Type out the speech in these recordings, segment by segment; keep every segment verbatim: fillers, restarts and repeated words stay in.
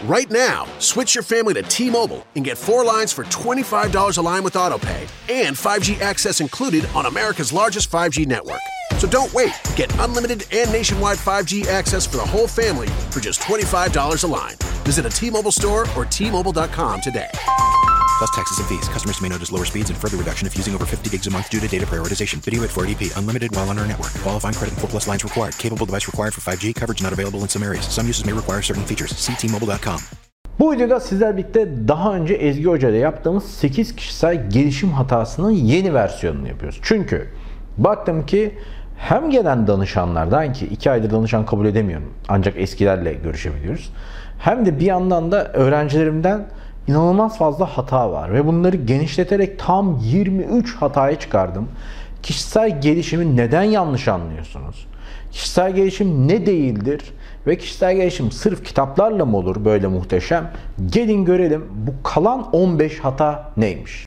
Right now, switch your family to T-Mobile and get four lines for twenty-five dollars a line with AutoPay and five G access included on America's largest five G network. So don't wait. Get unlimited and nationwide five G access for the whole family for just twenty-five dollars a line. Visit a T-Mobile store or T Mobile dot com today. Plus taxes and fees. Customers may notice lower speeds and further reduction if using over fifty gigs a month due to data prioritization. Video at four eighty p. Unlimited while on our network. Qualifying credit and four plus lines required. Capable device required for five G. Coverage not available in some areas. Some uses may require certain features. See T Mobile dot com. Bu videoda sizlerle birlikte daha önce Ezgi Hoca ile yaptığımız sekiz kişisel gelişim hatasının yeni versiyonunu yapıyoruz. Çünkü baktım ki hem gelen danışanlardan, ki iki aydır danışan kabul edemiyorum ancak eskilerle görüşebiliyoruz, hem de bir yandan da öğrencilerimden inanılmaz fazla hata var ve bunları genişleterek tam yirmi üç hataya çıkardım. Kişisel gelişimi neden yanlış anlıyorsunuz? Kişisel gelişim ne değildir? Ve kişisel gelişim sırf kitaplarla mı olur böyle muhteşem? Gelin görelim bu kalan on beş hata neymiş?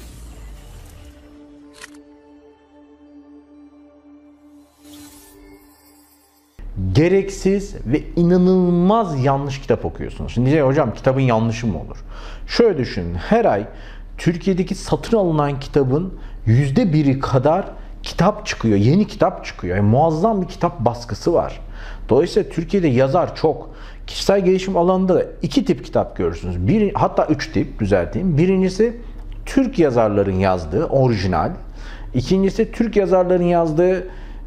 Gereksiz ve inanılmaz yanlış kitap okuyorsunuz. Şimdi diyeceğim, hocam kitabın yanlışı mı olur? Şöyle düşünün, her ay Türkiye'deki satın alınan kitabın yüzde biri kadar kitap çıkıyor, yeni kitap çıkıyor. Yani muazzam bir kitap baskısı var. Dolayısıyla Türkiye'de yazar çok. Kişisel gelişim alanında da iki tip kitap görürsünüz. Bir, hatta üç tip düzelteyim. Birincisi Türk yazarların yazdığı orijinal. İkincisi Türk yazarların yazdığı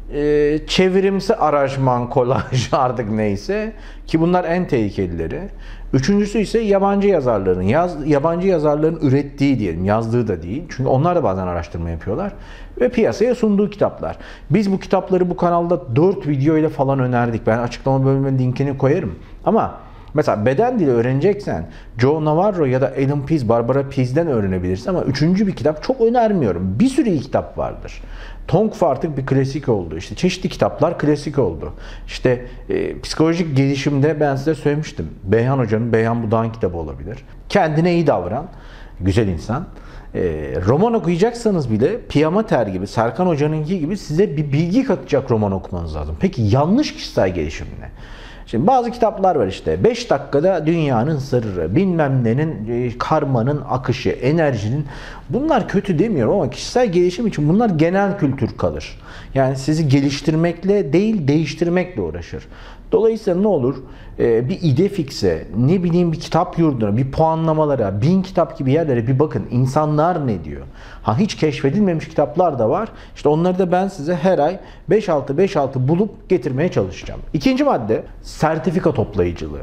e, çevirimsi aranjman, kolaj artık neyse ki bunlar en tehlikelileri. Üçüncüsü ise yabancı yazarların yaz, yabancı yazarların ürettiği diyelim, yazdığı da değil. Çünkü onlar da bazen araştırma yapıyorlar ve piyasaya sunduğu kitaplar. Biz bu kitapları bu kanalda dört video ile falan önerdik. Ben açıklama bölümünün linkini koyarım. Ama mesela beden dili öğreneceksen Joe Navarro ya da Ellen Pease, Barbara Pease'den öğrenebilirsin ama üçüncü bir kitap çok önermiyorum. Bir sürü iyi kitap vardır. Tongfa artık bir klasik oldu. İşte çeşitli kitaplar klasik oldu. İşte e, psikolojik gelişimde ben size söylemiştim. Beyhan Hoca'nın Beyhan Budak'ın kitabı olabilir. Kendine iyi davran. Güzel insan. E, roman okuyacaksanız bile Piyamater gibi, Serkan Hoca'nınki gibi size bir bilgi katacak roman okumanız lazım. Peki yanlış kişisel gelişim ne? Şimdi bazı kitaplar var işte. beş dakikada dünyanın sırrı, bilmem nenin, karmanın akışı, enerjinin. Bunlar kötü demiyorum ama kişisel gelişim için bunlar genel kültür kalır. Yani sizi geliştirmekle değil, değiştirmekle uğraşır. Dolayısıyla ne olur? Ee, bir İDEFIX'e, ne bileyim bir kitap yurduna, bir puanlamalara, bin kitap gibi yerlere bir bakın. İnsanlar ne diyor? Ha, hiç keşfedilmemiş kitaplar da var. İşte onları da ben size her ay beş altı beş altı bulup getirmeye çalışacağım. İkinci madde, sertifika toplayıcılığı.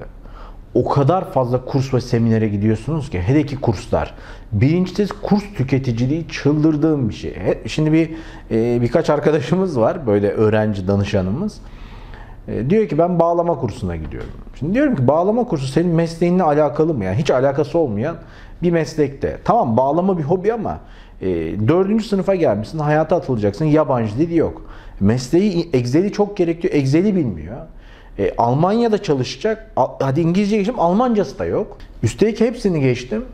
O kadar fazla kurs ve seminere gidiyorsunuz ki, hele ki kurslar. Birincisi kurs tüketiciliği çıldırdığım bir şey. Şimdi bir e, birkaç arkadaşımız var, böyle öğrenci danışanımız. E, diyor ki ben bağlama kursuna gidiyorum. Şimdi diyorum ki bağlama kursu senin mesleğinle alakalı mı? Yani hiç alakası olmayan bir meslekte. Tamam, bağlama bir hobi ama e, dördüncü sınıfa gelmişsin, hayata atılacaksın, yabancı dili yok. Mesleği, Excel'i çok gerekiyor, Excel'i bilmiyor. E, Almanya'da çalışacak, hadi İngilizce geçtim, Almancası da yok. Üstelik hepsini geçtim.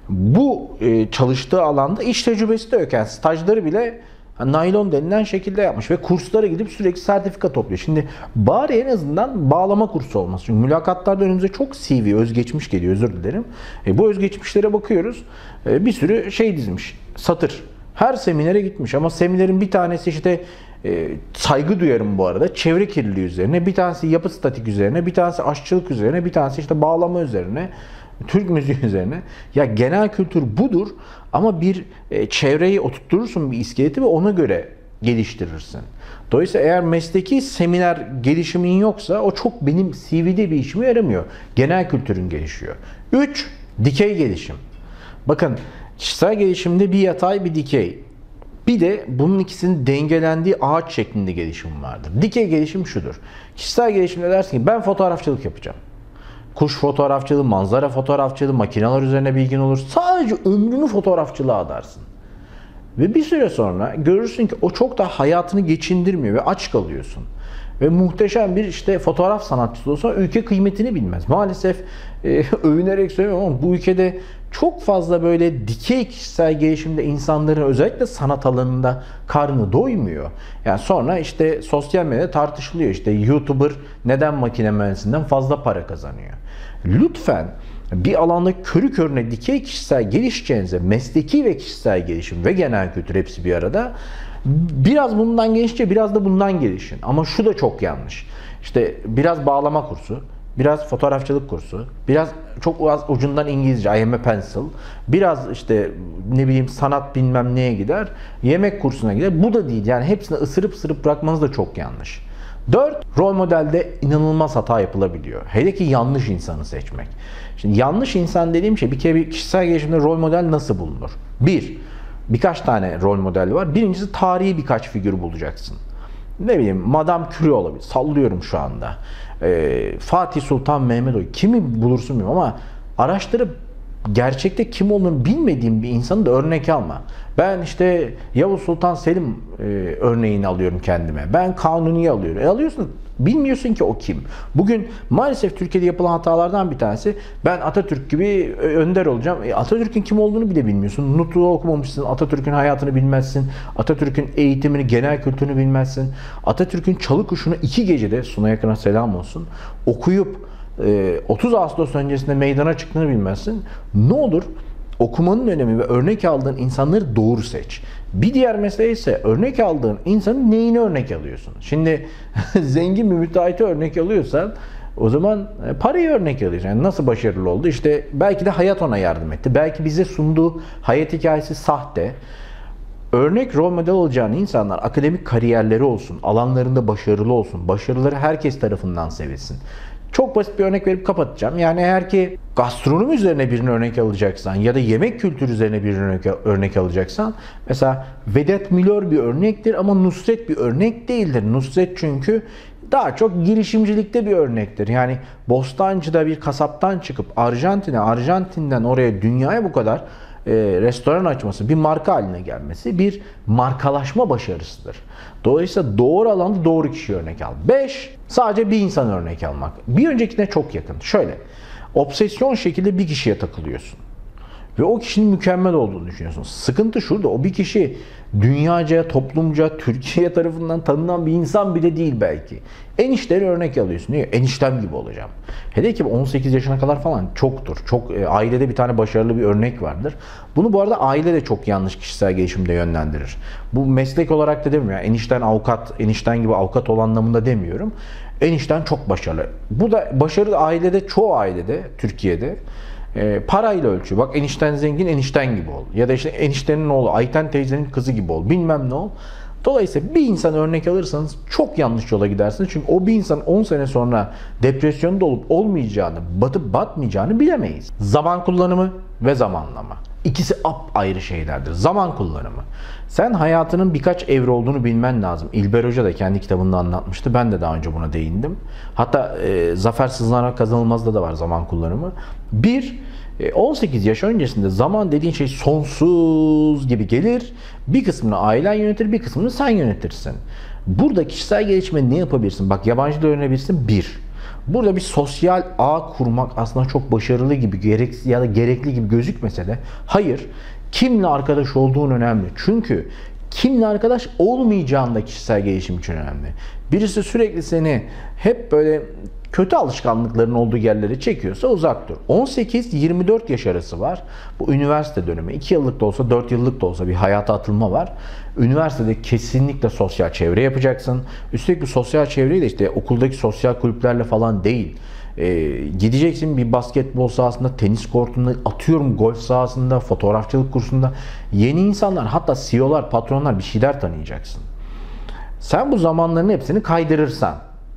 Bu e, çalıştığı alanda iş tecrübesi de yok. Yani stajları bile naylon denilen şekilde yapmış ve kurslara gidip sürekli sertifika topluyor. Şimdi bari en azından bağlama kursu olması. Çünkü mülakatlarda önümüze çok C V, özgeçmiş geliyor, özür dilerim. E, bu özgeçmişlere bakıyoruz. E, bir sürü şey dizmiş, satır. Her seminere gitmiş ama seminerin bir tanesi işte e, saygı duyarım bu arada, çevre kirliliği üzerine, bir tanesi yapı statik üzerine, bir tanesi aşçılık üzerine, bir tanesi işte bağlama üzerine, Türk müziği üzerine. Ya genel kültür budur ama bir e, çevreyi oturturursun, bir iskeleti ve ona göre geliştirirsin. Dolayısıyla eğer mesleki seminer gelişimin yoksa o çok benim C V'de bir işime yaramıyor. Genel kültürün gelişiyor. üç. Dikey gelişim. Bakın, kişisel gelişimde bir yatay bir dikey. Bir de bunun ikisinin dengelendiği ağaç şeklinde gelişim vardır. Dikey gelişim şudur. Kişisel gelişimde dersin ki ben fotoğrafçılık yapacağım. Kuş fotoğrafçılığı, manzara fotoğrafçılığı, makineler üzerine bilgin olur. Sadece ömrünü fotoğrafçılığa adarsın. Ve bir süre sonra görürsün ki o çok da hayatını geçindirmiyor ve aç kalıyorsun. ve muhteşem bir işte fotoğraf sanatçısı olsa ülke kıymetini bilmez. Maalesef e, övünerek söylüyorum ama bu ülkede çok fazla böyle dikey kişisel gelişimde insanların özellikle sanat alanında karnı doymuyor. Yani sonra işte sosyal medyada tartışılıyor. İşte YouTuber neden makine mühendisinden fazla para kazanıyor? Lütfen bir alanda körü körüne dikey kişisel gelişeceğinize mesleki ve kişisel gelişim ve genel kültür hepsi bir arada biraz bundan gelişince biraz da bundan gelişin. Ama şu da çok yanlış. İşte biraz bağlama kursu, biraz fotoğrafçılık kursu, biraz çok az ucundan İngilizce, I am a pencil, biraz işte ne bileyim sanat bilmem neye gider, yemek kursuna gider. Bu da değil. Yani hepsini ısırıp ısırıp bırakmanız da çok yanlış. dört. Rol modelde inanılmaz hata yapılabiliyor. Hele ki yanlış insanı seçmek. Şimdi yanlış insan dediğim şey bir kere bir kişisel gelişimde rol model nasıl bulunur? bir. Birkaç tane rol model var. Birincisi tarihi birkaç figür bulacaksın. Ne bileyim Madame Curie olabilir. Sallıyorum şu anda. Ee, Fatih Sultan Mehmet Oy. Kimi bulursun bilmiyorum ama araştırıp gerçekte kim olduğunu bilmediğim bir insanı da örnek alma. Ben işte Yavuz Sultan Selim e, örneğini alıyorum kendime. Ben Kanuni'yi alıyorum. E alıyorsun. Bilmiyorsun ki o kim. Bugün maalesef Türkiye'de yapılan hatalardan bir tanesi ben Atatürk gibi önder olacağım. E, Atatürk'ün kim olduğunu bile bilmiyorsun. Nutuk'u okumamışsın. Atatürk'ün hayatını bilmezsin. Atatürk'ün eğitimini, genel kültürünü bilmezsin. Atatürk'ün Çalı Kuşu'nu iki gecede, Sunay Akın'a selam olsun, okuyup otuz Ağustos öncesinde meydana çıktığını bilmezsin. Ne olur? Okumanın önemi ve örnek aldığın insanları doğru seç. Bir diğer mesele ise örnek aldığın insanın neyini örnek alıyorsun? Şimdi zengin bir müteahhiti örnek alıyorsan o zaman parayı örnek alıyorsun. Yani nasıl başarılı oldu? İşte belki de hayat ona yardım etti. Belki bize sunduğu hayat hikayesi sahte. Örnek rol model olacağın insanlar akademik kariyerleri olsun, alanlarında başarılı olsun, başarıları herkes tarafından sevilsin. Çok basit bir örnek verip kapatacağım. Yani eğer ki gastronomi üzerine birini örnek alacaksan ya da yemek kültürü üzerine birini örnek, örnek alacaksan mesela Vedat Milor bir örnektir ama Nusret bir örnek değildir. Nusret çünkü daha çok girişimcilikte bir örnektir. Yani Bostancı'da bir kasaptan çıkıp Arjantin'e, Arjantin'den oraya dünyaya bu kadar e, restoran açması, bir marka haline gelmesi bir markalaşma başarısıdır. Dolayısıyla doğru alanda doğru kişi örnek al. beş. Sadece bir insan örnek almak. Bir öncekine çok yakın. Şöyle, obsesyon şekilde bir kişiye takılıyorsun. Ve o kişinin mükemmel olduğunu düşünüyorsun. Sıkıntı şurada, o bir kişi dünyaca, toplumca, Türkiye tarafından tanınan bir insan bile değil belki. Enişleri örnek alıyorsun. Niye? Eniştem gibi olacağım. Hele ki on sekiz yaşına kadar falan çoktur. Çok e, ailede bir tane başarılı bir örnek vardır. Bunu bu arada aile de çok yanlış kişisel gelişimde yönlendirir. Bu meslek olarak da demiyorum. Yani enişten avukat, enişten gibi avukat olan anlamında demiyorum. Enişten çok başarılı. Bu da başarı ailede, çoğu ailede, Türkiye'de E, parayla ölçüyor. Bak enişten zengin, enişten gibi ol. Ya da işte eniştenin oğlu, Ayten teyzenin kızı gibi ol. Bilmem ne ol. Dolayısıyla bir insan örnek alırsanız çok yanlış yola gidersiniz. Çünkü o bir insan on sene sonra depresyonda olup olmayacağını, batıp batmayacağını bilemeyiz. Zaman kullanımı ve zamanlama. İkisi apayrı şeylerdir. Zaman kullanımı. Sen hayatının birkaç evre olduğunu bilmen lazım. İlber Hoca da kendi kitabında anlatmıştı. Ben de daha önce buna değindim. Hatta e, Zafer Sızlanarak Kazanılmaz'da da var zaman kullanımı. Bir, on sekiz yaş öncesinde zaman dediğin şey sonsuz gibi gelir. Bir kısmını ailen yönetir, bir kısmını sen yönetirsin. Burada kişisel gelişime ne yapabilirsin? Bak yabancı da öğrenebilirsin. Bir, burada bir sosyal ağ kurmak aslında çok başarılı gibi gerek ya da gerekli gibi gözükmese de hayır. Kimle arkadaş olduğun önemli. Çünkü kimle arkadaş olmayacağın da kişisel gelişim için önemli. Birisi sürekli seni hep böyle kötü alışkanlıkların olduğu yerlere çekiyorsa uzak dur. on sekiz yirmi dört yaş arası var. Bu üniversite dönemi. iki yıllık da olsa, dört yıllık da olsa bir hayata atılma var. Üniversitede kesinlikle sosyal çevre yapacaksın. Üstelik bu sosyal çevreyi de işte okuldaki sosyal kulüplerle falan değil. Ee, gideceksin bir basketbol sahasında, tenis kortunda, atıyorum golf sahasında, fotoğrafçılık kursunda yeni insanlar, hatta C E O'lar, patronlar bir şeyler tanıyacaksın. Sen bu zamanların hepsini kaydırırsan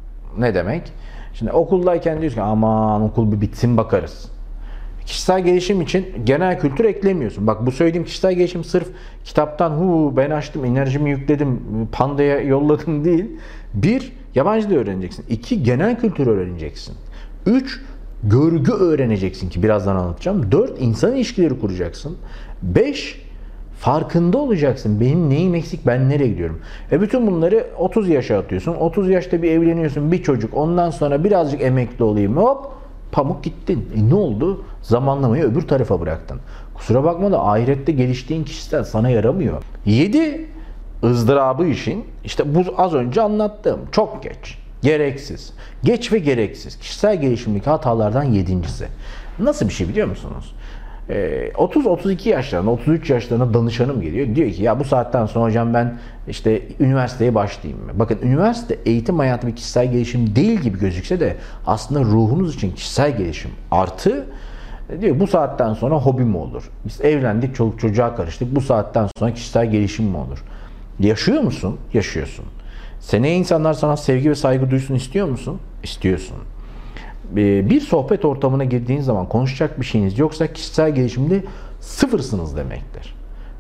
ne demek? Şimdi okuldayken diyorsun ki aman okul bir bitsin bakarız. Kişisel gelişim için genel kültür eklemiyorsun. Bak bu söylediğim kişisel gelişim sırf kitaptan hu ben açtım, enerjimi yükledim, pandaya yolladım değil. Bir, yabancı dil öğreneceksin. İki, genel kültür öğreneceksin. Üç, görgü öğreneceksin ki birazdan anlatacağım. Dört, insan ilişkileri kuracaksın. Beş, Farkında olacaksın. Benim neyim eksik, ben nereye gidiyorum? E bütün bunları otuz yaşa atıyorsun. otuz yaşta bir evleniyorsun, bir çocuk. Ondan sonra birazcık emekli olayım. Hop, pamuk gittin. E ne oldu? Zamanlamayı öbür tarafa bıraktın. Kusura bakma da ahirette geliştiğin kişisel sana yaramıyor. yedi ızdırabı işin, işte bu az önce anlattığım. Çok geç, gereksiz. Geç ve gereksiz. Kişisel gelişimdeki hatalardan yedincisi. Nasıl bir şey biliyor musunuz? otuz otuz iki yaşlarında, otuz üç yaşlarında danışanım geliyor. Diyor ki ya bu saatten sonra hocam ben işte üniversiteye başlayayım mı? Bakın üniversite eğitim hayatı bir kişisel gelişim değil gibi gözükse de aslında ruhunuz için kişisel gelişim. Artı diyor bu saatten sonra hobi mi olur? Biz evlendik, çoluk çocuğa karıştık. Bu saatten sonra kişisel gelişim mi olur? Yaşıyor musun? Yaşıyorsun. Seneye insanlar sana sevgi ve saygı duysun istiyor musun? İstiyorsun. Bir sohbet ortamına girdiğin zaman konuşacak bir şeyiniz yoksa kişisel gelişimde sıfırsınız demektir.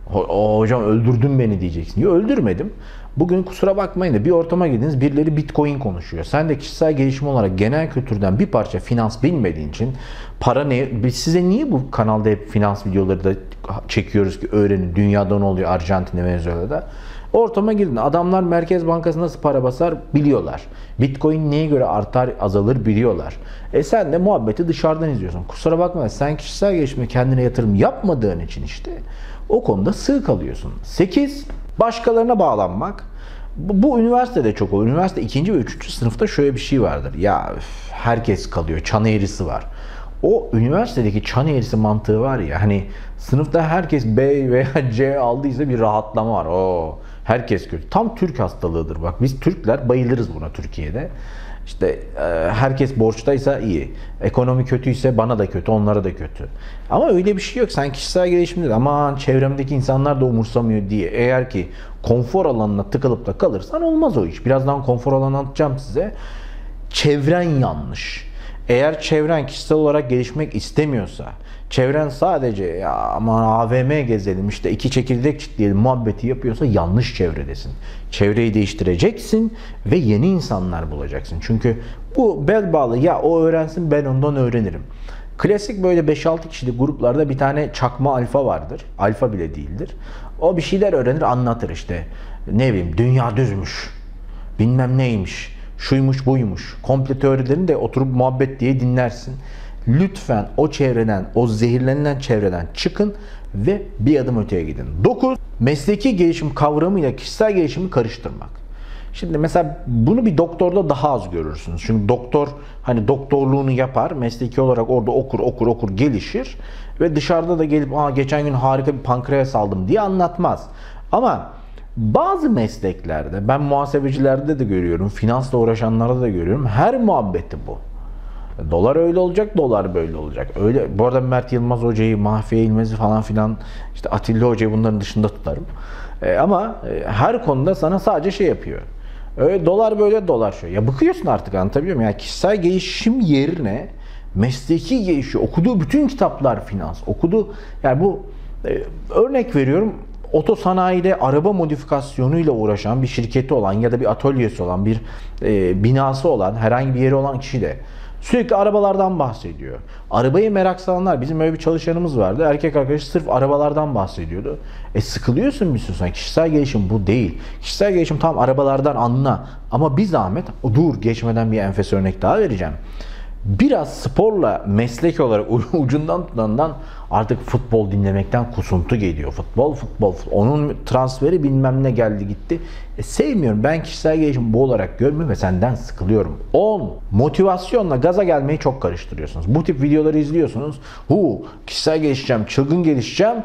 O, hocam öldürdün beni diyeceksin. Yok, öldürmedim. Bugün kusura bakmayın da bir ortama girdiniz, birileri Bitcoin konuşuyor. Sen de kişisel gelişim olarak genel kültürden bir parça finans bilmediğin için para ne? Biz size niye bu kanalda hep finans videoları da çekiyoruz ki öğrenin. Dünyada ne oluyor? Arjantin'de, Venezuela'da. Ortama girdin. Adamlar Merkez Bankası nasıl para basar biliyorlar. Bitcoin neye göre artar azalır biliyorlar. E sen de muhabbeti dışarıdan izliyorsun. Kusura bakma sen kişisel gelişime kendine yatırım yapmadığın için işte o konuda sığ kalıyorsun. sekiz Başkalarına bağlanmak. Bu, bu üniversitede çok olur. Üniversite ikinci ve üçüncü sınıfta şöyle bir şey vardır. Ya üf, herkes kalıyor. Çan eğrisi var. O üniversitedeki çan eğrisi mantığı var ya hani sınıfta herkes B veya C aldıysa bir rahatlama var. Oo, herkes kötü. Tam Türk hastalığıdır bak. Biz Türkler bayılırız buna Türkiye'de. İşte e, herkes borçtaysa iyi. Ekonomi kötüyse bana da kötü, onlara da kötü. Ama öyle bir şey yok. Sen kişisel gelişimde aman çevremdeki insanlar da umursamıyor diye. Eğer ki konfor alanına tıkılıp da kalırsan olmaz o iş. Birazdan konfor alanı anlatacağım size. Çevren yanlış. Eğer çevren kişisel olarak gelişmek istemiyorsa, çevren sadece ya aman A V M gezelim işte iki çekirdek çitleyelim muhabbeti yapıyorsa yanlış çevredesin. Çevreyi değiştireceksin ve yeni insanlar bulacaksın. Çünkü bu bel bağlı ya o öğrensin ben ondan öğrenirim. Klasik böyle beş altı kişilik gruplarda bir tane çakma alfa vardır. Alfa bile değildir. O bir şeyler öğrenir anlatır işte. Ne bileyim dünya düzmüş. Bilmem neymiş. Şuymuş buymuş. Komple teorilerini de oturup muhabbet diye dinlersin. Lütfen o çevreden, o zehirlenilen çevreden çıkın ve bir adım öteye gidin. dokuz Mesleki gelişim kavramıyla kişisel gelişimi karıştırmak. Şimdi mesela bunu bir doktorda daha az görürsünüz. Çünkü doktor hani doktorluğunu yapar, mesleki olarak orada okur okur okur gelişir ve dışarıda da gelip aa geçen gün harika bir pankreas aldım diye anlatmaz. Ama bazı mesleklerde, ben muhasebecilerde de görüyorum, finansla uğraşanlarda da görüyorum. Her muhabbeti bu. Dolar öyle olacak, dolar böyle olacak. Öyle. Bu arada Mert Yılmaz Hoca'yı, Mahfiye İlmez'i falan filan, işte Atilla Hoca'yı bunların dışında tutarım. E, ama e, her konuda sana sadece şey yapıyor. Öyle dolar böyle, dolar şöyle. Ya bıkıyorsun artık, anlatabiliyor muyum? Yani kişisel gelişim yerine mesleki gelişiyor. Okuduğu bütün kitaplar finans. Okuduğu, yani bu e, örnek veriyorum. Otosanayide araba modifikasyonuyla uğraşan bir şirketi olan ya da bir atölyesi olan, bir e, binası olan, herhangi bir yeri olan kişi de sürekli arabalardan bahsediyor. Arabayı merak salanlar, bizim öyle bir çalışanımız vardı. Erkek arkadaş sırf arabalardan bahsediyordu. E sıkılıyorsun bir süre sonra. Kişisel gelişim bu değil. Kişisel gelişim tam arabalardan anla. Ama bir zahmet, dur geçmeden bir enfes örnek daha vereceğim. Biraz sporla meslek olarak ucundan tutandan artık futbol dinlemekten kusuntu geliyor. Futbol, futbol, futbol. Onun transferi bilmem ne geldi gitti. E, sevmiyorum. Ben kişisel gelişim bu olarak görmüyorum ve senden sıkılıyorum. on Motivasyonla gaza gelmeyi çok karıştırıyorsunuz. Bu tip videoları izliyorsunuz. Hu, kişisel gelişeceğim, çılgın gelişeceğim.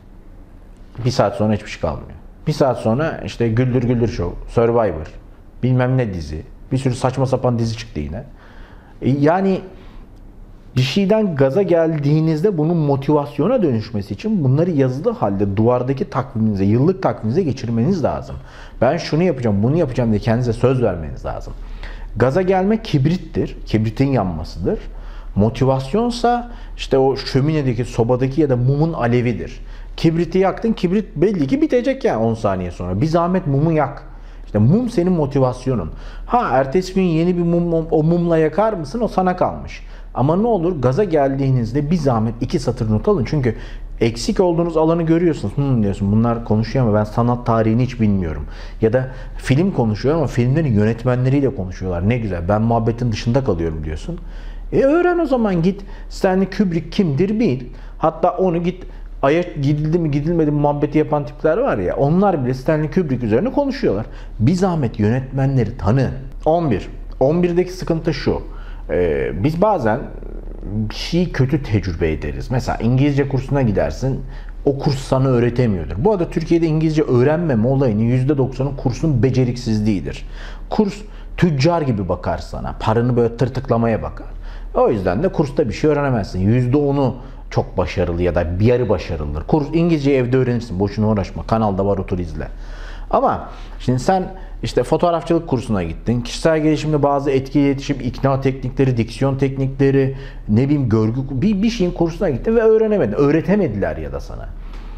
Bir saat sonra hiçbir şey kalmıyor. Bir saat sonra işte Güldür Güldür Show, Survivor, bilmem ne dizi. Bir sürü saçma sapan dizi çıktı yine. Yani bir şeyden gaza geldiğinizde bunun motivasyona dönüşmesi için bunları yazılı halde duvardaki takviminize, yıllık takviminize geçirmeniz lazım. Ben şunu yapacağım, bunu yapacağım diye kendinize söz vermeniz lazım. Gaza gelme kibrittir, kibritin yanmasıdır. Motivasyonsa işte o şöminedeki, sobadaki ya da mumun alevidir. Kibriti yaktın, kibrit belli ki bitecek yani on saniye sonra. Bir zahmet mumu yak. İşte mum senin motivasyonun. Ha ertesi gün yeni bir mum, o mumla yakar mısın? O sana kalmış. Ama ne olur gaza geldiğinizde bir zahmet iki satır not alın. Çünkü Eksik olduğunuz alanı görüyorsunuz. Hmm diyorsun, bunlar konuşuyor ama ben sanat tarihini hiç bilmiyorum. Ya da film konuşuyor ama filmlerin yönetmenleriyle konuşuyorlar. Ne güzel, ben muhabbetin dışında kalıyorum diyorsun. E öğren o zaman, git Stanley Kubrick kimdir bil. Hatta onu git, Ay'a gidildi mi gidilmedi mi muhabbeti yapan tipler var ya, onlar bile Stanley Kubrick üzerine konuşuyorlar. Bir zahmet yönetmenleri tanı. on bir. on birdeki sıkıntı şu. Ee, biz bazen bir şeyi kötü tecrübe ederiz. Mesela İngilizce kursuna gidersin, o kurs sana öğretemiyordur. Bu arada Türkiye'de İngilizce öğrenmeme olayının yüzde doksanı kursun beceriksizliğidir. Kurs tüccar gibi bakar sana. Paranı böyle tırtıklamaya bakar. O yüzden de kursta bir şey öğrenemezsin. yüzde onu çok başarılı ya da bir yarı başarılıdır. Kurs İngilizceyi evde öğrenirsin. Boşuna uğraşma. Kanalda var, otur izle. Ama şimdi sen işte fotoğrafçılık kursuna gittin. Kişisel gelişimde bazı etki, iletişim, ikna teknikleri, diksiyon teknikleri, ne bileyim görgü, bir, bir şeyin kursuna gittin ve öğrenemedin. Öğretemediler ya da sana.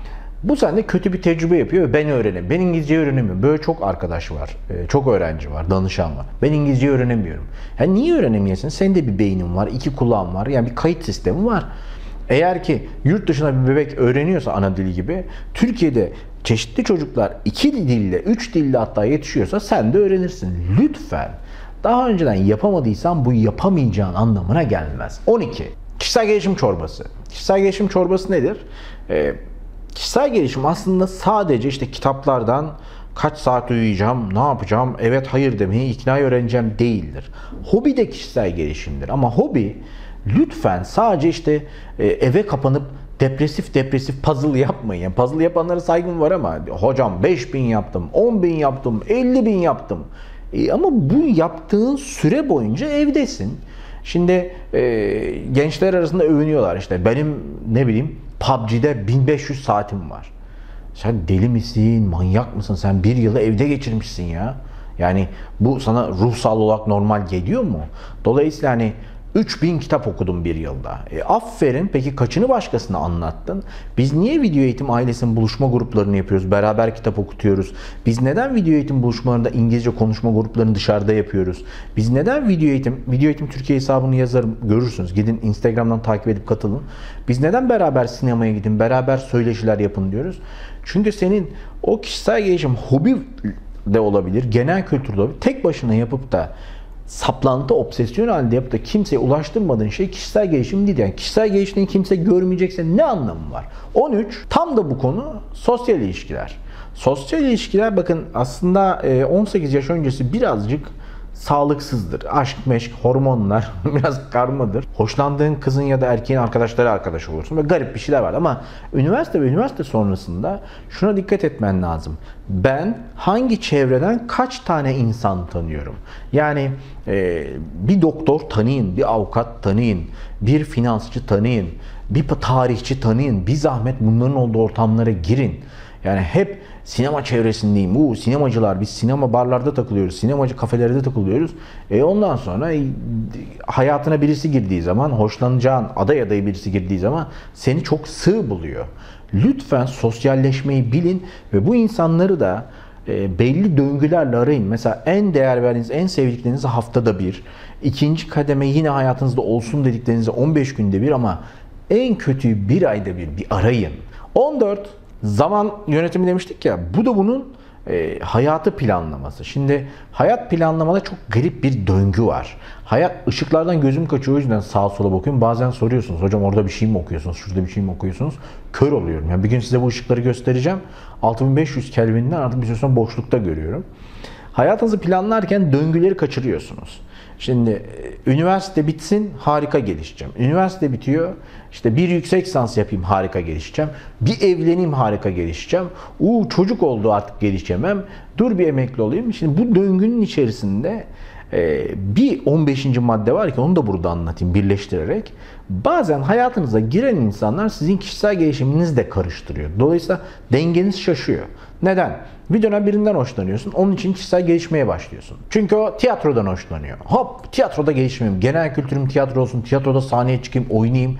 Bu sende kötü bir tecrübe yapıyor ve ben öğrenemem. Ben İngilizceyi öğrenemiyorum. Böyle çok arkadaş var. Çok öğrenci var, danışan var. Ben İngilizceyi öğrenemiyorum. Yani niye öğrenemiyorsun? Senin de bir beynin var, iki kulağın var. Yani bir kayıt sistemi var. Eğer ki yurt dışına bir bebek öğreniyorsa ana dili gibi, Türkiye'de çeşitli çocuklar iki dille, üç dille hatta yetişiyorsa sen de öğrenirsin. Lütfen. Daha önceden yapamadıysan bu yapamayacağın anlamına gelmez. on iki. Kişisel gelişim çorbası. Kişisel gelişim çorbası nedir? Ee, kişisel gelişim aslında sadece işte kitaplardan kaç saat uyuyacağım, ne yapacağım, evet hayır demeyi, iknayı öğreneceğim değildir. Hobi de kişisel gelişimdir. Ama hobi lütfen sadece işte e, eve kapanıp depresif depresif puzzle yapmayın. Yani puzzle yapanlara saygım var ama hocam beş bin yaptım, on bin yaptım, elli bin yaptım. E, ama bu yaptığın süre boyunca evdesin. Şimdi e, gençler arasında övünüyorlar, işte benim ne bileyim P U B G'de bin beş yüz saatim var. Sen deli misin, manyak mısın? Sen bir yılı evde geçirmişsin ya. Yani bu sana ruhsal olarak normal geliyor mu? Dolayısıyla hani üç bin kitap okudum bir yılda. E, aferin. Peki kaçını başkasına anlattın? Biz niye video eğitim ailesinin buluşma gruplarını yapıyoruz? Beraber kitap okutuyoruz. Biz neden video eğitim buluşmalarında İngilizce konuşma gruplarını dışarıda yapıyoruz? Biz neden video eğitim, video eğitim Türkiye hesabını yazarım, görürsünüz. Gidin Instagram'dan takip edip katılın. Biz neden beraber sinemaya gidin, beraber söyleşiler yapın diyoruz? Çünkü senin o kişisel gelişim hobi de olabilir, genel kültürde olabilir. Tek başına yapıp da saplantı, obsesyon halinde yapıp da kimseye ulaştırmadığın şey kişisel gelişim değil. Yani kişisel gelişimini kimse görmeyecekse ne anlamı var? on üç. Tam da bu konu sosyal ilişkiler. Sosyal ilişkiler bakın aslında on sekiz yaş öncesi birazcık sağlıksızdır. Aşk, meşk, hormonlar biraz karmadır. Hoşlandığın kızın ya da erkeğin arkadaşları arkadaş olursun. Böyle garip bir şeyler var ama üniversite ve üniversite sonrasında şuna dikkat etmen lazım. Ben hangi çevreden kaç tane insan tanıyorum? Yani e, bir doktor tanıyın, bir avukat tanıyın, bir finansçı tanıyın, bir tarihçi tanıyın. Bir zahmet bunların olduğu ortamlara girin. Yani hep sinema çevresindeyim. Bu sinemacılar, biz sinema barlarda takılıyoruz. Sinemacı kafelerde takılıyoruz. E ondan sonra e, hayatına birisi girdiği zaman, hoşlanacağın aday adayı birisi girdiği zaman seni çok sığ buluyor. Lütfen sosyalleşmeyi bilin ve bu insanları da e, belli döngülerle arayın. Mesela en değer verdiğiniz, en sevdiklerinizi haftada bir. İkinci kademe yine hayatınızda olsun dediklerinizi on beş günde bir ama en kötü bir ayda bir bir arayın. on dört. Zaman yönetimi demiştik ya, bu da bunun e, hayatı planlaması. Şimdi hayat planlamada çok garip bir döngü var. Hayat, ışıklardan gözüm kaçıyor, o yüzden sağa sola bakıyorum. Bazen soruyorsunuz, hocam orada bir şey mi okuyorsunuz, şurada bir şey mi okuyorsunuz? Kör oluyorum. Yani bir gün size bu ışıkları göstereceğim. altı bin beş yüz Kelvin'den artık bir süre sonra boşlukta görüyorum. Hayatınızı planlarken döngüleri kaçırıyorsunuz. Şimdi üniversite bitsin, harika gelişeceğim. Üniversite bitiyor, işte bir yüksek lisans yapayım, harika gelişeceğim. Bir evleneyim, harika gelişeceğim. Uuu çocuk oldu, artık gelişemem. Dur bir emekli olayım. Şimdi bu döngünün içerisinde e, bir on beşinci madde var ki onu da burada anlatayım birleştirerek. Bazen hayatınıza giren insanlar sizin kişisel gelişiminizi de karıştırıyor. Dolayısıyla dengeniz şaşıyor. Neden? Bir dönem birinden hoşlanıyorsun. Onun için kişisel gelişmeye başlıyorsun. Çünkü o tiyatrodan hoşlanıyor. Hop, tiyatroda gelişmeyeyim. Genel kültürüm tiyatro olsun. Tiyatroda sahneye çıkayım, oynayayım.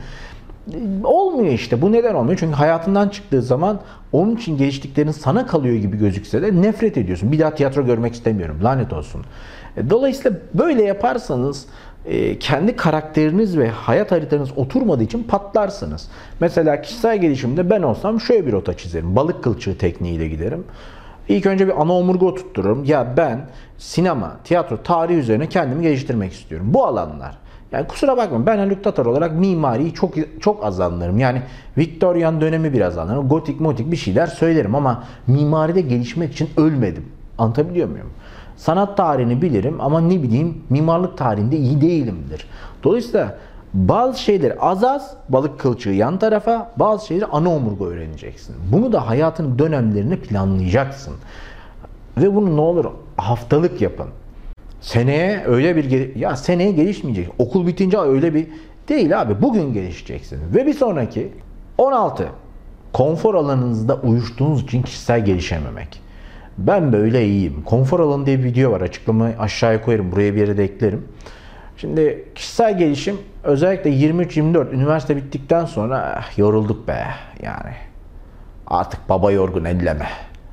Olmuyor işte. Bu neden olmuyor? Çünkü hayatından çıktığı zaman onun için geliştiklerin sana kalıyor gibi gözükse de nefret ediyorsun. Bir daha tiyatro görmek istemiyorum. Lanet olsun. Dolayısıyla böyle yaparsanız e, kendi karakteriniz ve hayat haritanız oturmadığı için patlarsınız. Mesela kişisel gelişimde ben olsam şöyle bir rota çizerim. Balık kılçığı tekniğiyle giderim. İlk önce bir ana omurga oturturum. Ya ben sinema, tiyatro, tarih üzerine kendimi geliştirmek istiyorum. Bu alanlar. Yani kusura bakmayın, ben Haluk Tatar olarak mimariyi çok çok az anlarım. Yani Victorian dönemi biraz anlarım. Gotik motik bir şeyler söylerim ama mimaride gelişmek için ölmedim. Anlatabiliyor muyum? Sanat tarihini bilirim ama ne bileyim mimarlık tarihinde iyi değilimdir. Dolayısıyla bazı şeyleri az az, balık kılçığı yan tarafa, bazı şeyleri ana omurga öğreneceksin. Bunu da hayatın dönemlerini planlayacaksın. Ve bunu ne olur haftalık yapın. Seneye öyle bir ya seneye gelişmeyecek. Okul bitince öyle bir değil abi. Bugün gelişeceksin. Ve bir sonraki on altı. Konfor alanınızda uyuştuğunuz için kişisel gelişememek. Ben böyle iyiyim. Konfor alanı diye bir video var. Açıklamayı aşağıya koyarım. Buraya bir yere de eklerim. Şimdi kişisel gelişim özellikle yirmi üç yirmi dört üniversite bittikten sonra ah, yorulduk be yani. Artık baba yorgun elleme.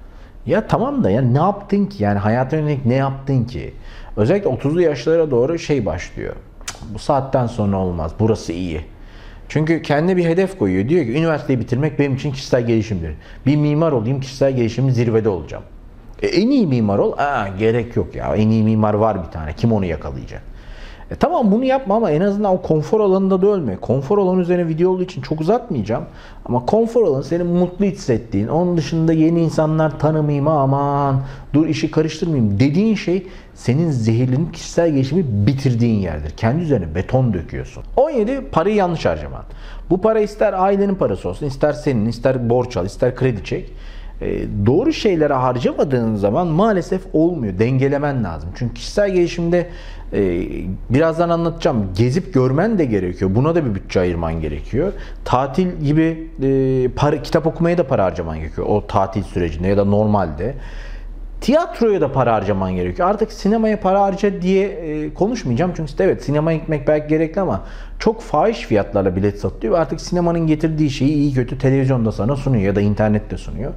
Ya tamam da ya ne yaptın ki? Yani hayata yönelik ne yaptın ki? Özellikle otuzlu yaşlara doğru şey başlıyor. Bu saatten sonra olmaz. Burası iyi. Çünkü kendine bir hedef koyuyor. Diyor ki üniversiteyi bitirmek benim için kişisel gelişimdir. Bir mimar olayım, kişisel gelişimin zirvede olacağım. E, en iyi mimar ol. Aa, gerek yok ya. En iyi mimar var bir tane. Kim onu yakalayacak? E, tamam bunu yapma ama en azından o konfor alanında da ölme. Konfor alanı üzerine video olduğu için çok uzatmayacağım. Ama konfor alanı seni mutlu hissettiğin, onun dışında yeni insanlar tanımayayım aman, dur işi karıştırmayayım dediğin şey senin zehirlenip kişisel gelişimi bitirdiğin yerdir. Kendi üzerine beton döküyorsun. on yedi parayı yanlış harcaman. Bu para ister ailenin parası olsun, ister senin, ister borç al, ister kredi çek. E, doğru şeylere harcamadığın zaman maalesef olmuyor. Dengelemen lazım. Çünkü kişisel gelişimde e, birazdan anlatacağım. Gezip görmen de gerekiyor. Buna da bir bütçe ayırman gerekiyor. Tatil gibi e, para, kitap okumaya da para harcaman gerekiyor. O tatil sürecinde ya da normalde. Tiyatroya da para harcaman gerekiyor. Artık sinemaya para harca diye e, konuşmayacağım. Çünkü işte evet sinemaya gitmek belki gerekli ama çok fahiş fiyatlarla bilet satılıyor. Ve artık sinemanın getirdiği şeyi iyi kötü televizyonda sana sunuyor ya da internette sunuyor.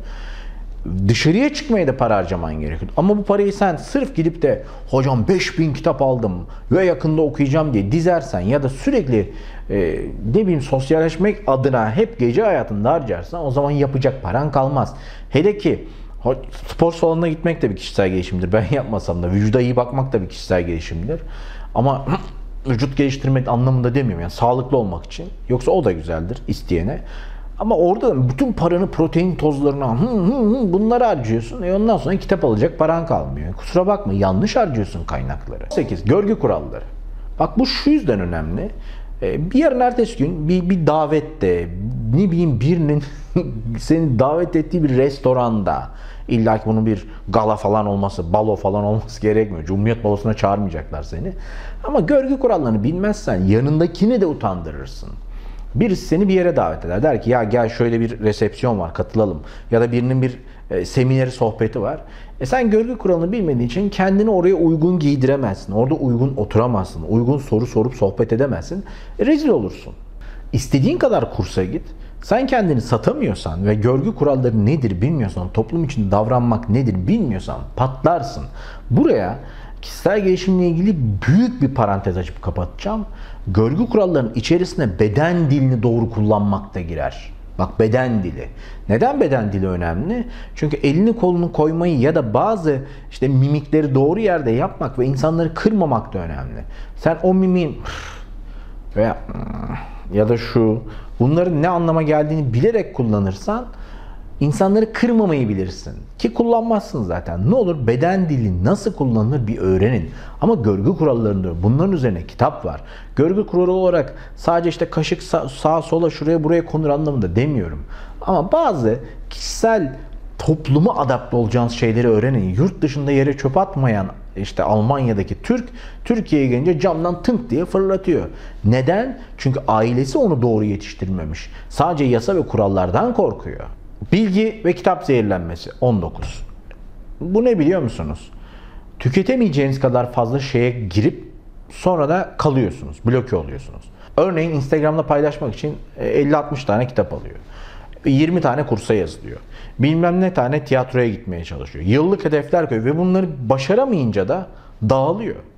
Dışarıya çıkmaya da para harcaman gerekiyor. Ama bu parayı sen sırf gidip de hocam beş bin kitap aldım ve yakında okuyacağım diye dizersen ya da sürekli e, ne bileyim sosyalleşmek adına hep gece hayatında harcarsan o zaman yapacak paran kalmaz. Hele ki spor salonuna gitmek de bir kişisel gelişimdir. Ben yapmasam da vücuda iyi bakmak da bir kişisel gelişimdir. Ama vücut geliştirmek anlamında demiyorum. Yani sağlıklı olmak için. Yoksa o da güzeldir isteyene. Ama orada bütün paranı protein tozlarına hı hı hı bunları harcıyorsun. E ondan sonra kitap alacak paran kalmıyor. Kusura bakma yanlış harcıyorsun kaynakları. sekiz. Görgü kuralları. Bak bu şu yüzden önemli. Bir yarın ertesi gün bir, bir davette ne bileyim birinin seni davet ettiği bir restoranda illa ki bunun bir gala falan olması, balo falan olması gerekmiyor. Cumhuriyet balosuna çağırmayacaklar seni. Ama görgü kurallarını bilmezsen yanındakini de utandırırsın. Birisi seni bir yere davet eder. Der ki ya gel şöyle bir resepsiyon var katılalım. Ya da birinin bir e, semineri sohbeti var. E sen görgü kuralını bilmediğin için kendini oraya uygun giydiremezsin. Orada uygun oturamazsın. Uygun soru sorup sohbet edemezsin. E, rezil olursun. İstediğin kadar kursa git. Sen kendini satamıyorsan ve görgü kuralları nedir bilmiyorsan, toplum için davranmak nedir bilmiyorsan patlarsın. Buraya kişisel gelişimle ilgili büyük bir parantez açıp kapatacağım. Görgü kurallarının içerisine beden dilini doğru kullanmak da girer. Bak beden dili. Neden beden dili önemli? Çünkü elini kolunu koymayı ya da bazı işte mimikleri doğru yerde yapmak ve insanları kırmamak da önemli. Sen o mimiğin veya ya da şu bunların ne anlama geldiğini bilerek kullanırsan İnsanları kırmamayı bilirsin. Ki kullanmazsın zaten. Ne olur beden dili nasıl kullanılır bir öğrenin. Ama görgü kurallarında bunların üzerine kitap var. Görgü kuralı olarak sadece işte kaşık sağ, sağa sola şuraya buraya konur anlamında demiyorum. Ama bazı kişisel topluma adapte olacağınız şeyleri öğrenin. Yurt dışında yere çöp atmayan işte Almanya'daki Türk, Türkiye'ye gelince camdan tınk diye fırlatıyor. Neden? Çünkü ailesi onu doğru yetiştirmemiş. Sadece yasa ve kurallardan korkuyor. Bilgi ve kitap zehirlenmesi on dokuz. Bu ne biliyor musunuz? Tüketemeyeceğiniz kadar fazla şeye girip sonra da kalıyorsunuz, bloke oluyorsunuz. Örneğin Instagram'da paylaşmak için elli altmış tane kitap alıyor. yirmi tane kursa yazılıyor. Bilmem ne tane tiyatroya gitmeye çalışıyor. Yıllık hedefler koyuyor ve bunları başaramayınca da dağılıyor.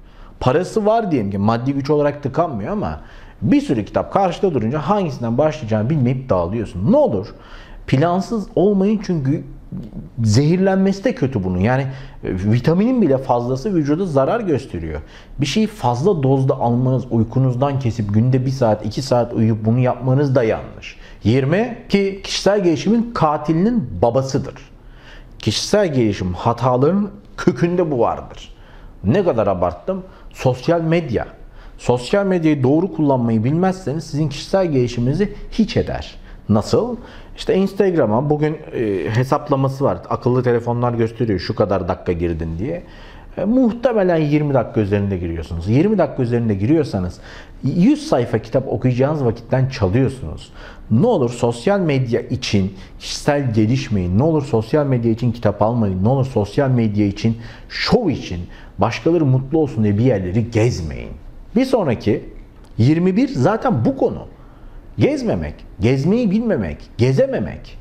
Parası var diyelim ki, maddi güç olarak tıkanmıyor ama bir sürü kitap karşıda durunca hangisinden başlayacağını bilmeyip dağılıyorsun. Ne olur? Plansız olmayın, çünkü zehirlenmesi de kötü bunun. Yani vitaminin bile fazlası vücuda zarar gösteriyor. Bir şeyi fazla dozda almanız, uykunuzdan kesip günde bir saat, iki saat uyuyup bunu yapmanız da yanlış. yirmi ki kişisel gelişimin katilinin babasıdır. Kişisel gelişim hataların kökünde bu vardır. Ne kadar abarttım? Sosyal medya. Sosyal medyayı doğru kullanmayı bilmezseniz sizin kişisel gelişiminizi hiç eder. Nasıl? İşte Instagram'a bugün e, hesaplaması var. Akıllı telefonlar gösteriyor şu kadar dakika girdin diye. E, muhtemelen yirmi dakika üzerinde giriyorsunuz. yirmi dakika üzerinde giriyorsanız yüz sayfa kitap okuyacağınız vakitten çalıyorsunuz. Ne olur sosyal medya için kişisel gelişmeyin. Ne olur sosyal medya için kitap almayın. Ne olur sosyal medya için, şov için, başkaları mutlu olsun diye bir yerleri gezmeyin. Bir sonraki yirmi bir zaten bu konu. Gezmemek, gezmeyi bilmemek, gezememek.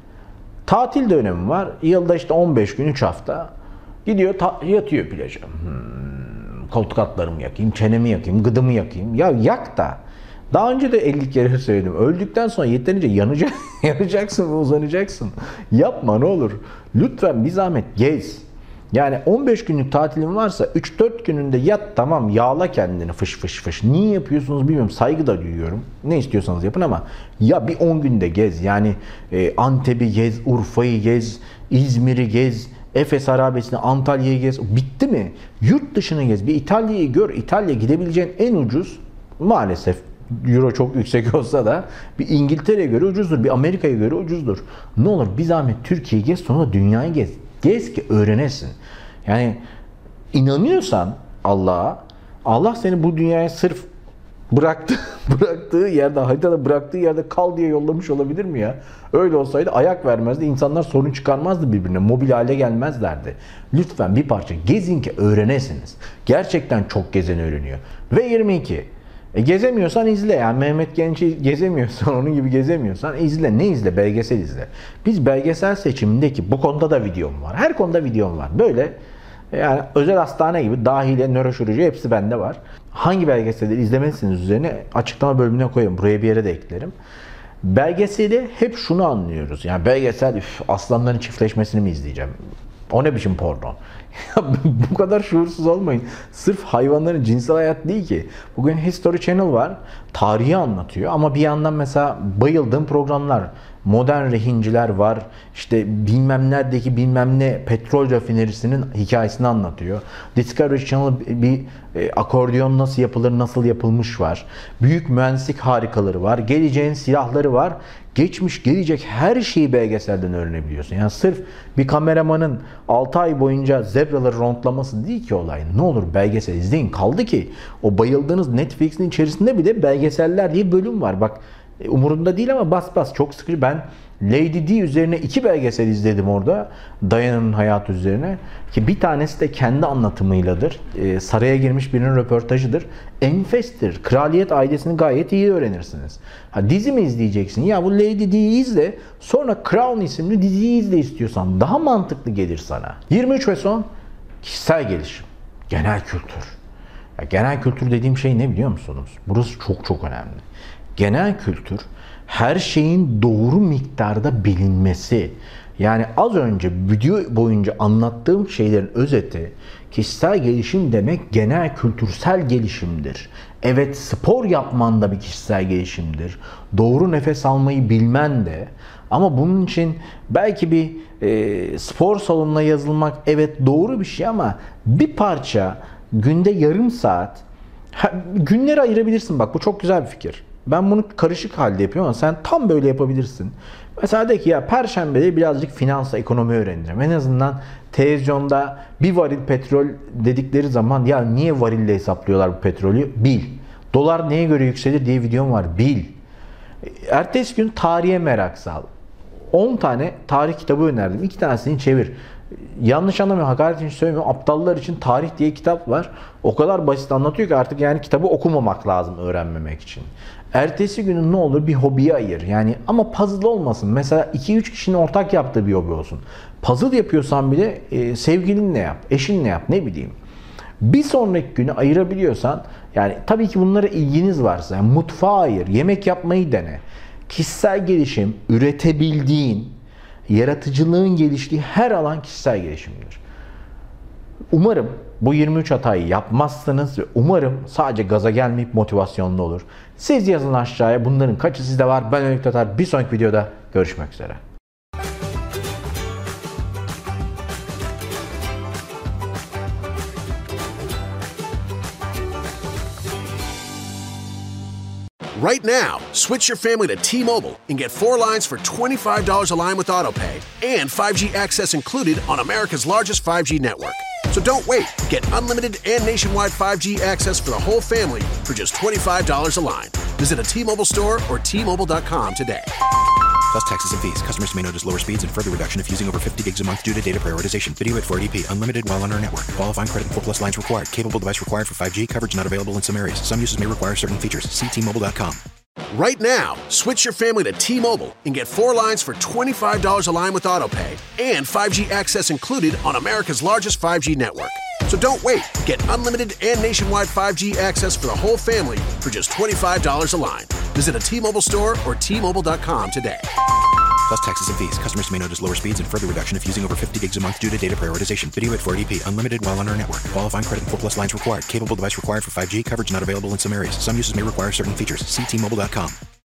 Tatil dönemi var. Yılda işte on beş gün, üç hafta. Gidiyor yatıyor plaja. Hmm, koltuk altlarımı yakayım, çenemi yakayım, gıdımı yakayım. Ya yak da. Daha önce de elli kere söyledim. Öldükten sonra yeterince yanacak, yanacaksın ve uzanacaksın. Yapma ne olur. Lütfen bir zahmet gez. Yani on beş günlük tatilin varsa üç dört gününde yat, tamam, yağla kendini fış fış fış. Niye yapıyorsunuz bilmiyorum. Saygı da duyuyorum. Ne istiyorsanız yapın ama ya bir on günde gez. Yani e, Antep'i gez, Urfa'yı gez, İzmir'i gez, Efes Harabesi'ni, Antalya'yı gez. Bitti mi? Yurt dışını gez. Bir İtalya'yı gör. İtalya gidebileceğin en ucuz, maalesef Euro çok yüksek olsa da, bir İngiltere'ye göre ucuzdur. Bir Amerika'ya göre ucuzdur. Ne olur bir zahmet Türkiye'yi gez, sonra dünyayı gez. Gez ki öğrenesin. Yani inanıyorsan Allah'a, Allah seni bu dünyaya sırf bıraktı, bıraktığı yerde, haritada bıraktığı yerde kal diye yollamış olabilir mi ya? Öyle olsaydı ayak vermezdi, insanlar sorun çıkarmazdı birbirine, mobil hale gelmezlerdi. Lütfen bir parça gezin ki öğrenesiniz. Gerçekten çok gezen öğreniyor. Ve yirmi iki. E gezemiyorsan izle. Yani Mehmet Genç'i gezemiyorsan, onun gibi gezemiyorsan izle. Ne izle? Belgesel izle. Biz belgesel seçimindeki, bu konuda da videom var. Her konuda videom var. Böyle yani özel hastane gibi, dahiliye, nöroşirurji hepsi bende var. Hangi belgeselleri izlemelisiniz üzerine açıklama bölümüne koyarım. Buraya bir yere de eklerim. Belgeseli hep şunu anlıyoruz. Yani belgesel, üf, aslanların çiftleşmesini mi izleyeceğim? O ne biçim porno? Bu kadar şuursuz olmayın. Sırf hayvanların cinsel hayat değil ki. Bugün History Channel var. Tarihi anlatıyor ama bir yandan mesela bayıldığım programlar. Modern rehinciler var. İşte bilmem neredeki bilmem ne petrol rafinerisinin hikayesini anlatıyor. Discovery Channel bir e, akordeon nasıl yapılır, nasıl yapılmış var. Büyük mühendislik harikaları var. Geleceğin silahları var. Geçmiş, gelecek her şeyi belgeselden öğrenebiliyorsun. Yani sırf bir kameramanın altı ay boyunca zebraları rondlaması değil ki olay. Ne olur belgesel izleyin. Kaldı ki o bayıldığınız Netflix'in içerisinde bile belgeseller diye bölüm var. Bak, umurumda değil ama bas bas çok sıkıcı. Ben Lady Di üzerine iki belgesel izledim orada. Diana'nın hayatı üzerine. Ki bir tanesi de kendi anlatımıyladır. Ee, saraya girmiş birinin röportajıdır. Enfestir. Kraliyet ailesini gayet iyi öğrenirsiniz. Ha, dizi mi izleyeceksin? Ya bu Lady Di'yi izle. Sonra Crown isimli diziyi izle istiyorsan. Daha mantıklı gelir sana. yirmi üç ve son. Kişisel gelişim. Genel kültür. Ya, genel kültür dediğim şey ne biliyor musunuz? Burası çok çok önemli. Genel kültür, her şeyin doğru miktarda bilinmesi. Yani az önce video boyunca anlattığım şeylerin özeti, kişisel gelişim demek genel kültürsel gelişimdir. Evet, spor yapman da bir kişisel gelişimdir. Doğru nefes almayı bilmen de. Ama bunun için belki bir e, spor salonuna yazılmak, evet doğru bir şey, ama bir parça günde yarım saat ha, günleri ayırabilirsin. Bak, bu çok güzel bir fikir. Ben bunu karışık halde yapıyorum ama sen tam böyle yapabilirsin. Mesela de ki ya Perşembe'de birazcık finans, ekonomi öğreneceğim. En azından televizyonda bir varil petrol dedikleri zaman ya niye varille hesaplıyorlar bu petrolü? Bil. Dolar neye göre yükselir diye videom var. Bil. Ertesi gün tarihe merak sal. on tane tarih kitabı önerdim. iki tanesini çevir. Yanlış anlamıyorum, hakaret için söylemiyorum. Aptallar için tarih diye kitap var. O kadar basit anlatıyor ki artık yani kitabı okumamak lazım öğrenmemek için. Ertesi günün ne olur bir hobiye ayır. Yani ama puzzle olmasın. Mesela iki üç kişinin ortak yaptığı bir hobi olsun. Puzzle yapıyorsan bile e, sevgilinle yap, eşinle yap, ne bileyim. Bir sonraki günü ayırabiliyorsan, yani tabii ki bunlara ilginiz varsa, yani mutfağa ayır, yemek yapmayı dene. Kişisel gelişim, üretebildiğin, yaratıcılığın geliştiği her alan kişisel gelişimdir. Umarım bu yirmi üç hatayı yapmazsınız ve umarım sadece gaza gelmeyip motivasyonlu olur. Siz yazın aşağıya, bunların kaçı sizde var. Ben Öykü Tatar. Bir sonraki videoda görüşmek üzere. Right now, switch your family to T-Mobile and get four lines for twenty-five dollars a line with AutoPay and five G access included on America's largest five G network. So don't wait. Get unlimited and nationwide five G access for the whole family for just twenty-five dollars a line. Visit a T-Mobile store or T Mobile dot com today. Plus taxes and fees. Customers may notice lower speeds and further reduction if using over fifty gigs a month due to data prioritization. Video at four eighty p. Unlimited while on our network. Qualifying credit and four plus lines required. Capable device required for five G. Coverage not available in some areas. Some uses may require certain features. See T Mobile dot com. Right now, switch your family to T-Mobile and get four lines for twenty-five dollars a line with AutoPay and five G access included on America's largest five G network. So don't wait. Get unlimited and nationwide five G access for the whole family for just twenty-five dollars a line. Visit a T-Mobile store or T Mobile dot com today. Plus taxes and fees. Customers may notice lower speeds and further reduction if using over fifty gigs a month due to data prioritization. Video at four eighty p. Unlimited while on our network. Qualifying credit and four plus lines required. Capable device required for five G. Coverage not available in some areas. Some uses may require certain features. See T Mobile dot com.